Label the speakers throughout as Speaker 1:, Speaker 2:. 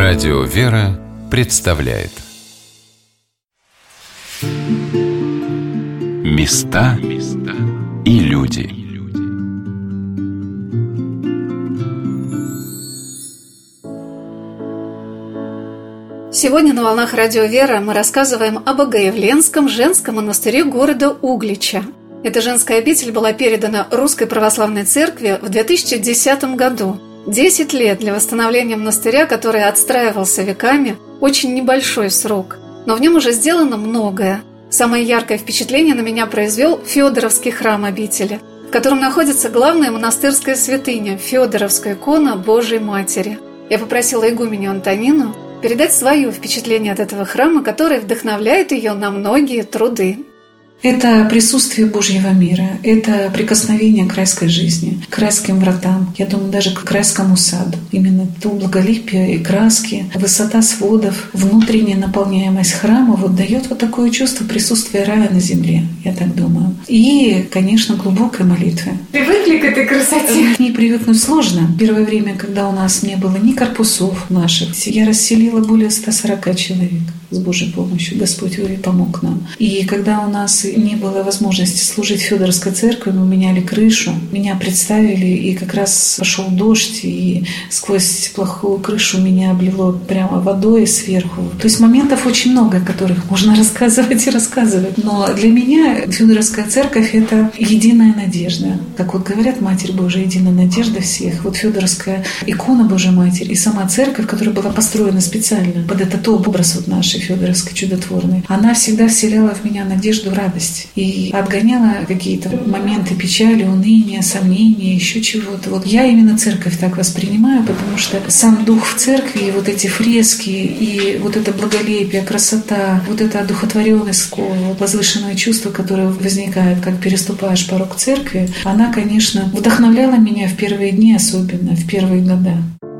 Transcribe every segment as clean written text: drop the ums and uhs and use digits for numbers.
Speaker 1: Радио «Вера» представляет Места и люди.
Speaker 2: Сегодня на волнах Радио «Вера» мы рассказываем о Богоявленском женском монастыре города Углича. Эта женская обитель была передана Русской Православной Церкви в 2010 году. 10 лет для восстановления монастыря, который отстраивался веками, очень небольшой срок. Но в нем уже сделано многое. Самое яркое впечатление на меня произвел Федоровский храм обители, в котором находится главная монастырская святыня – Федоровская икона Божией Матери. Я попросила игуменю Антонину передать свое впечатление от этого храма, который вдохновляет ее на многие труды.
Speaker 3: Это присутствие Божьего мира, это прикосновение к райской жизни, к райским вратам, я думаю, даже к райскому саду. Именно то благолепие и краски, высота сводов, внутренняя наполняемость храма дает такое чувство присутствия рая на земле, я так думаю. И, конечно, глубокой молитвы.
Speaker 2: Привыкли к этой красоте?
Speaker 3: К ней привыкнуть сложно. Первое время, когда у нас не было ни корпусов наших, я расселила более 140 человек с Божьей помощью. Господь помог нам. И когда у нас не было возможности служить в Федоровской церкви, мы меняли крышу, меня представили, и как раз пошел дождь, и сквозь плохую крышу меня облило прямо водой сверху. То есть моментов очень много, о которых можно рассказывать и рассказывать. Но для меня Федоровская церковь — это единая надежда. Как говорят, Матерь Божия — единая надежда всех. Федоровская икона Божьей Матери и сама церковь, которая была построена специально под этот образ нашей Федоровской чудотворной, она всегда вселяла в меня надежду, радость и отгоняла какие-то моменты печали, уныния, сомнения, еще чего-то. Я именно церковь так воспринимаю, потому что сам дух в церкви, и эти фрески, и это благолепие, красота, эта одухотворенность, возвышенное чувство, которое возникает, как переступаешь порог церкви, она, конечно, вдохновляла меня в первые дни, особенно в первые года.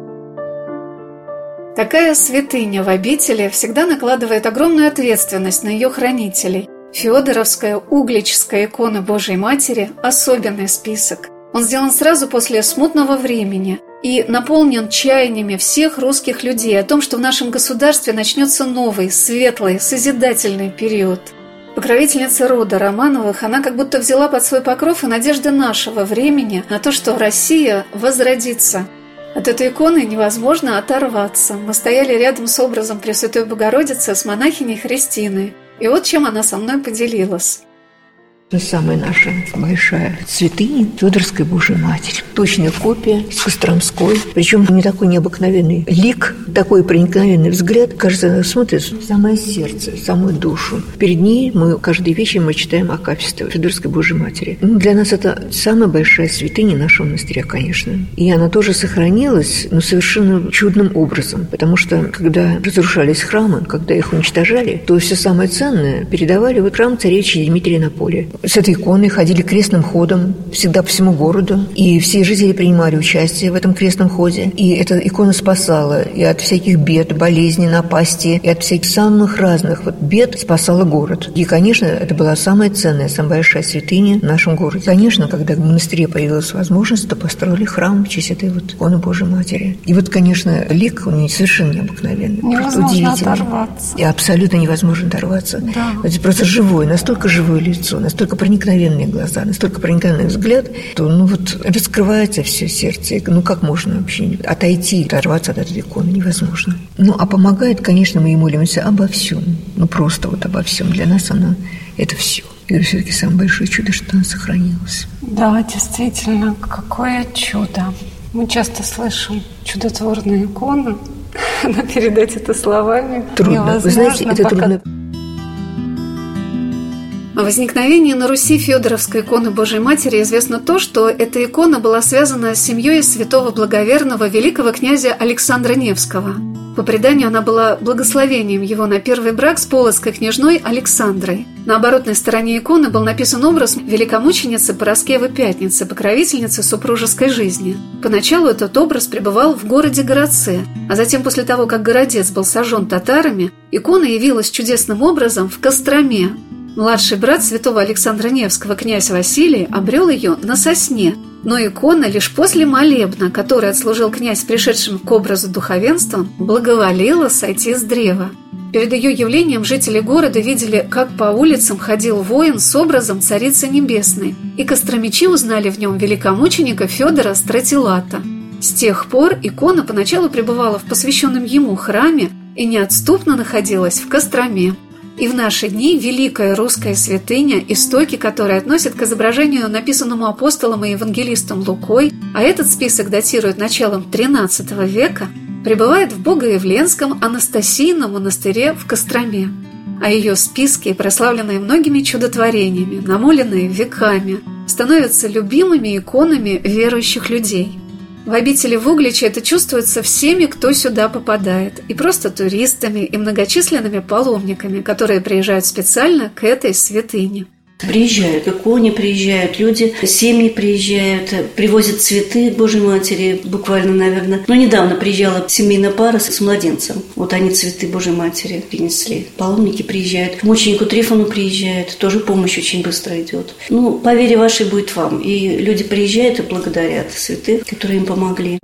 Speaker 2: Такая святыня в обители всегда накладывает огромную ответственность на ее хранителей. Федоровская Угличская икона Божией Матери – особенный список. Он сделан сразу после смутного времени и наполнен чаяниями всех русских людей о том, что в нашем государстве начнется новый, светлый, созидательный период. Покровительница рода Романовых, она как будто взяла под свой покров и надежды нашего времени на то, что Россия возродится. От этой иконы невозможно оторваться. Мы стояли рядом с образом Пресвятой Богородицы с монахиней Христиной. И чем она со мной поделилась.
Speaker 4: Это самая наша большая святыня Федоровской Божией Матери. Точная копия с Костромской. Причем не такой необыкновенный лик, такой проникновенный взгляд. Кажется, смотрит в самое сердце, в самую душу. Перед ней каждый вечер мы читаем акафисты Федоровской Божией Матери. Для нас это самая большая святыня нашего монастыря, конечно. И она тоже сохранилась, совершенно чудным образом. Потому что, когда разрушались храмы, когда их уничтожали, то все самое ценное передавали в храм царевича Дмитрия на поле. С этой иконой ходили крестным ходом всегда по всему городу, и все жители принимали участие в этом крестном ходе. И эта икона спасала и от всяких бед, болезней, напастей, и от всяких самых разных бед спасала город. И, конечно, это была самая ценная, самая большая святыня в нашем городе. Конечно, когда в монастыре появилась возможность, то построили храм в честь этой иконы Божией Матери. И конечно, лик у нее совершенно необыкновенный.
Speaker 2: Невозможно оторваться.
Speaker 4: И абсолютно невозможно оторваться.
Speaker 2: Да.
Speaker 4: Это просто живое, настолько живое лицо, настолько проникновенные глаза, настолько проникновенный взгляд, то раскрывается все сердце. Как можно вообще отойти, оторваться от этой иконы? Невозможно. А помогает, конечно, мы и молимся обо всем. Просто обо всем. Для нас она это все. И все-таки самое большое чудо, что она сохранилась.
Speaker 5: Да, действительно, какое чудо. Мы часто слышим чудотворную икону, но передать это словами
Speaker 4: трудно.
Speaker 5: невозможно.
Speaker 4: Вы знаете, это трудно.
Speaker 2: О возникновении на Руси Федоровской иконы Божией Матери известно то, что эта икона была связана с семьей святого благоверного великого князя Александра Невского. По преданию, она была благословением его на первый брак с полоцкой княжной Александрой. На оборотной стороне иконы был написан образ великомученицы Параскевы Пятницы, покровительницы супружеской жизни. Поначалу этот образ пребывал в городе Городце, а затем, после того, как городец был сожжен татарами, икона явилась чудесным образом в Костроме. Младший брат святого Александра Невского, князь Василий, обрел ее на Сосне, Но икона лишь после молебна, который отслужил князь пришедшим к образу духовенства, благоволила сойти с древа. Перед ее явлением жители города видели, как по улицам ходил воин с образом Царицы Небесной, и костромичи узнали в нем великомученика Федора Стратилата. С тех пор икона поначалу пребывала в посвященном ему храме и неотступно находилась в Костроме. И в наши дни великая русская святыня, истоки которой относят к изображению, написанному апостолом и евангелистом Лукой, а этот список датирует началом XIII века, пребывает в Богоявленском Анастасийном монастыре в Костроме. А ее списки, прославленные многими чудотворениями, намоленные веками, становятся любимыми иконами верующих людей. В обители в Угличе это чувствуется всеми, кто сюда попадает, и просто туристами, и многочисленными паломниками, которые приезжают специально к этой святыне.
Speaker 6: Приезжают, к иконе приезжают люди, семьи приезжают, привозят цветы Божьей Матери, буквально, наверное. Но недавно приезжала семейная пара с младенцем. Вот они цветы Божьей Матери принесли. Паломники приезжают, к мученику Трифону приезжают, тоже помощь очень быстро идет. По вере вашей будет вам. И люди приезжают и благодарят святых, которые им помогли.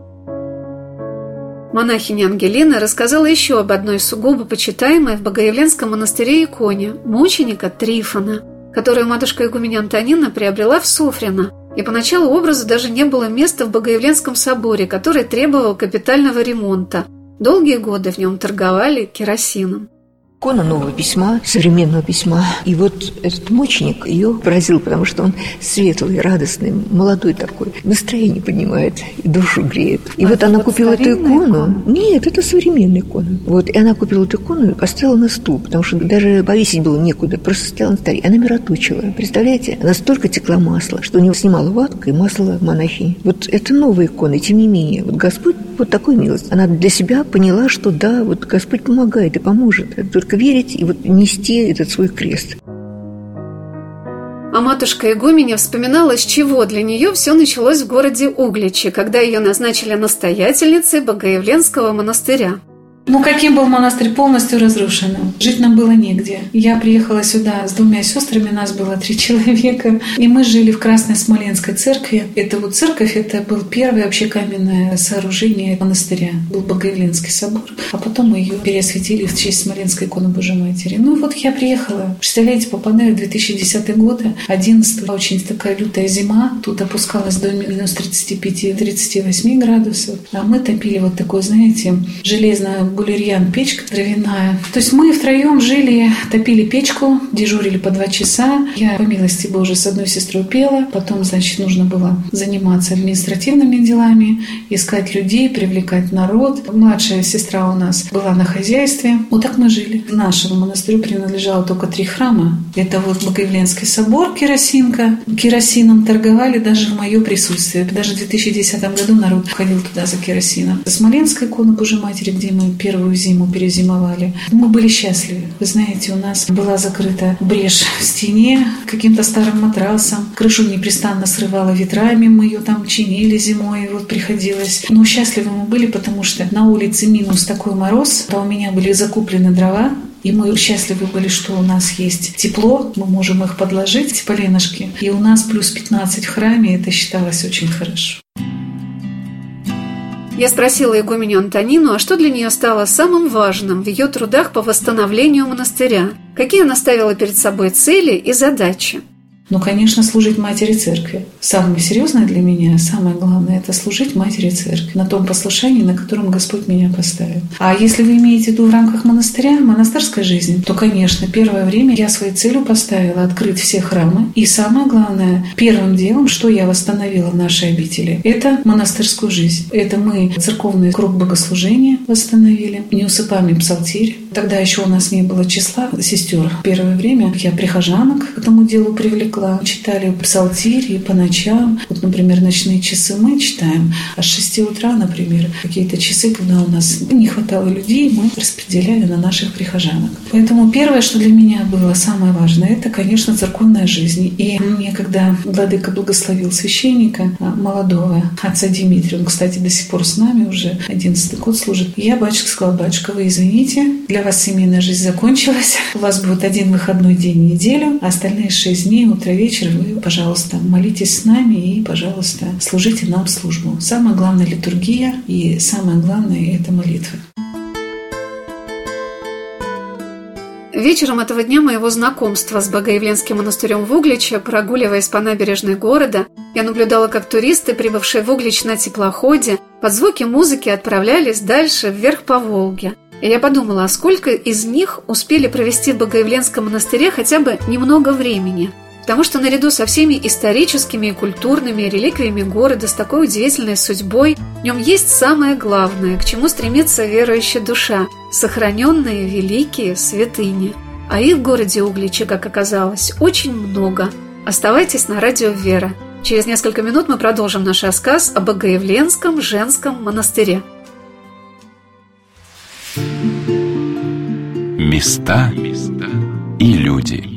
Speaker 2: Монахиня Ангелина рассказала еще об одной сугубо почитаемой в Богоявленском монастыре иконе – мученика Трифона, которую матушка игуменя Антонина приобрела в Софрино, и поначалу образу даже не было места в Богоявленском соборе, который требовал капитального ремонта. Долгие годы в нем торговали керосином.
Speaker 4: Икона нового письма, современного письма. И вот этот мученик ее поразил, потому что он светлый, радостный, молодой такой. Настроение поднимает и душу греет. И вот она купила эту икону. Нет, это современная икона. Вот, и она купила эту икону и поставила на стул, потому что даже повесить было некуда, просто стояла на столе. Она мироточила. Представляете? Она столько текла масла, что у нее снимала ватку и масло монахини. Вот это новая икона, и тем не менее. Вот Господь вот такой милость. Она для себя поняла, что да, вот Господь помогает и поможет. Только верить и вот нести этот свой крест.
Speaker 2: А матушка игуменя вспоминала, с чего для нее все началось в городе Угличе, когда ее назначили настоятельницей Богоявленского монастыря.
Speaker 3: Каким был монастырь? Полностью разрушенным. Жить нам было негде. Я приехала сюда с 2 сестрами, нас было 3 человека, и мы жили в Красной Смоленской церкви. Это вот церковь, это был первое вообще каменное сооружение монастыря. Был Богоявленский собор, а потом мы ее переосветили в честь Смоленской иконы Божьей Матери. Вот я приехала, представляете, попадаю в 2010 год, 11 очень такая лютая зима, тут опускалась до минус 35-38 градусов, а мы топили вот такой, знаете, железное булерьян, печка дровяная. То есть мы втроем жили, топили печку, дежурили по 2 часа. Я, по милости Божией, с одной сестрой пела. Потом, нужно было заниматься административными делами, искать людей, привлекать народ. Младшая сестра у нас была на хозяйстве. Вот так мы жили. Нашему монастырю принадлежало только 3 храма. Это вот Богоявленский собор, керосинка. Керосином торговали даже в мое присутствие. Даже в 2010 году народ ходил туда за керосином. Смоленская икона Божьей Матери, где мы первую зиму перезимовали. Мы были счастливы. Вы знаете, у нас была закрыта брешь в стене каким-то старым матрасом. Крышу непрестанно срывало ветрами. Мы ее там чинили зимой. Вот приходилось. Но счастливы мы были, потому что на улице минус такой мороз. А у меня были закуплены дрова. И мы счастливы были, что у нас есть тепло, мы можем их подложить, эти поленышки. И у нас плюс 15 в храме, это считалось очень хорошо.
Speaker 2: Я спросила игуменю Антонину, а что для нее стало самым важным в ее трудах по восстановлению монастыря? Какие она ставила перед собой цели и задачи?
Speaker 3: Конечно, служить Матери Церкви. Самое серьезное для меня, самое главное, это служить Матери Церкви на том послушании, на котором Господь меня поставил. А если вы имеете в виду в рамках монастыря, монастырской жизни, то, конечно, первое время я своей целью поставила открыть все храмы. И самое главное, первым делом, что я восстановила в нашей обители, это монастырскую жизнь. Это мы церковный круг богослужения восстановили, неусыпаемый псалтирь. Тогда еще у нас не было числа сестер. Первое время я прихожанок к этому делу привлекла. Читали псалтирь и по ночам. Вот, например, ночные часы мы читаем. А с 6 утра, например, какие-то часы, когда у нас не хватало людей, мы распределяли на наших прихожанок. Поэтому первое, что для меня было самое важное, это, конечно, церковная жизнь. И мне, когда владыка благословил священника, молодого отца Дмитрия, он, кстати, до сих пор с нами, уже 11-й год служит, я батюшке сказала: батюшка, вы извините, для вас семейная жизнь закончилась, у вас будет 1 выходной день в неделю, а остальные 6 дней вот утро, вечер, вы, пожалуйста, молитесь с нами и, пожалуйста, служите нам службу. Самое главное — литургия, и самое главное — это молитва.
Speaker 2: Вечером этого дня моего знакомства с Богоявленским монастырем в Угличе, прогуливаясь по набережной города, я наблюдала, как туристы, прибывшие в Углич на теплоходе, под звуки музыки отправлялись дальше вверх по Волге. И я подумала, а сколько из них успели провести в Богоявленском монастыре хотя бы немного времени? Потому что наряду со всеми историческими и культурными реликвиями города с такой удивительной судьбой, в нем есть самое главное, к чему стремится верующая душа – сохраненные великие святыни. А их в городе Угличе, как оказалось, очень много. Оставайтесь на радио «Вера». Через несколько минут мы продолжим наш рассказ о Богоявленском женском монастыре.
Speaker 1: Места и люди.